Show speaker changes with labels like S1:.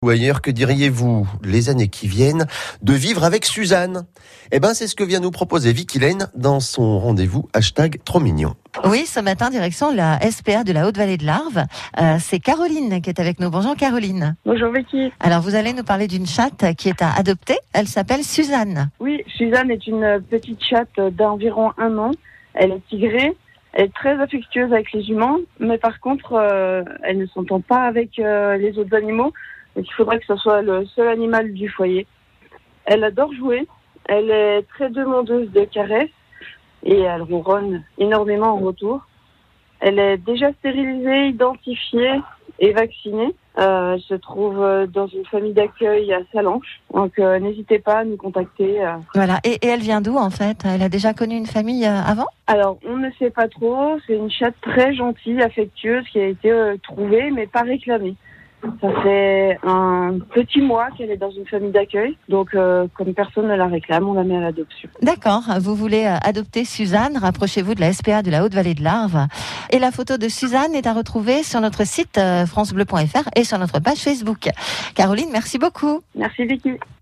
S1: Ou ailleurs, que diriez-vous, les années qui viennent, de vivre avec Suzanne? C'est ce que vient nous proposer Vicky Lane dans son rendez-vous #trop mignon.
S2: Oui, ce matin, direction la SPA de la Haute-Vallée de l'Arve. C'est Caroline qui est avec nous. Bonjour Caroline.
S3: Bonjour Vicky.
S2: Alors, vous allez nous parler d'une chatte qui est à adopter. Elle s'appelle Suzanne.
S3: Oui, Suzanne est une petite chatte d'environ 1 an. Elle est tigrée. Elle est très affectueuse avec les humains, mais par contre, elle ne s'entend pas avec les autres animaux. Donc il faudrait que ce soit le seul animal du foyer. Elle adore jouer. Elle est très demandeuse de caresses et elle ronronne énormément en retour. Elle est déjà stérilisée, identifiée et vaccinée. Elle se trouve dans une famille d'accueil à Salanches. Donc n'hésitez pas à nous contacter.
S2: Voilà. Et elle vient d'où en fait? Elle a déjà connu une famille avant?
S3: Alors, on ne sait pas trop. C'est une chatte très gentille, affectueuse, qui a été trouvée, mais pas réclamée. Ça fait un petit mois qu'elle est dans une famille d'accueil. Donc, comme personne ne la réclame, on la met à l'adoption.
S2: D'accord. Vous voulez adopter Suzanne? Rapprochez-vous de la SPA de la Haute-Vallée de l'Arve. Et la photo de Suzanne est à retrouver sur notre site francebleu.fr et sur notre page Facebook. Caroline, merci beaucoup.
S3: Merci Vicky.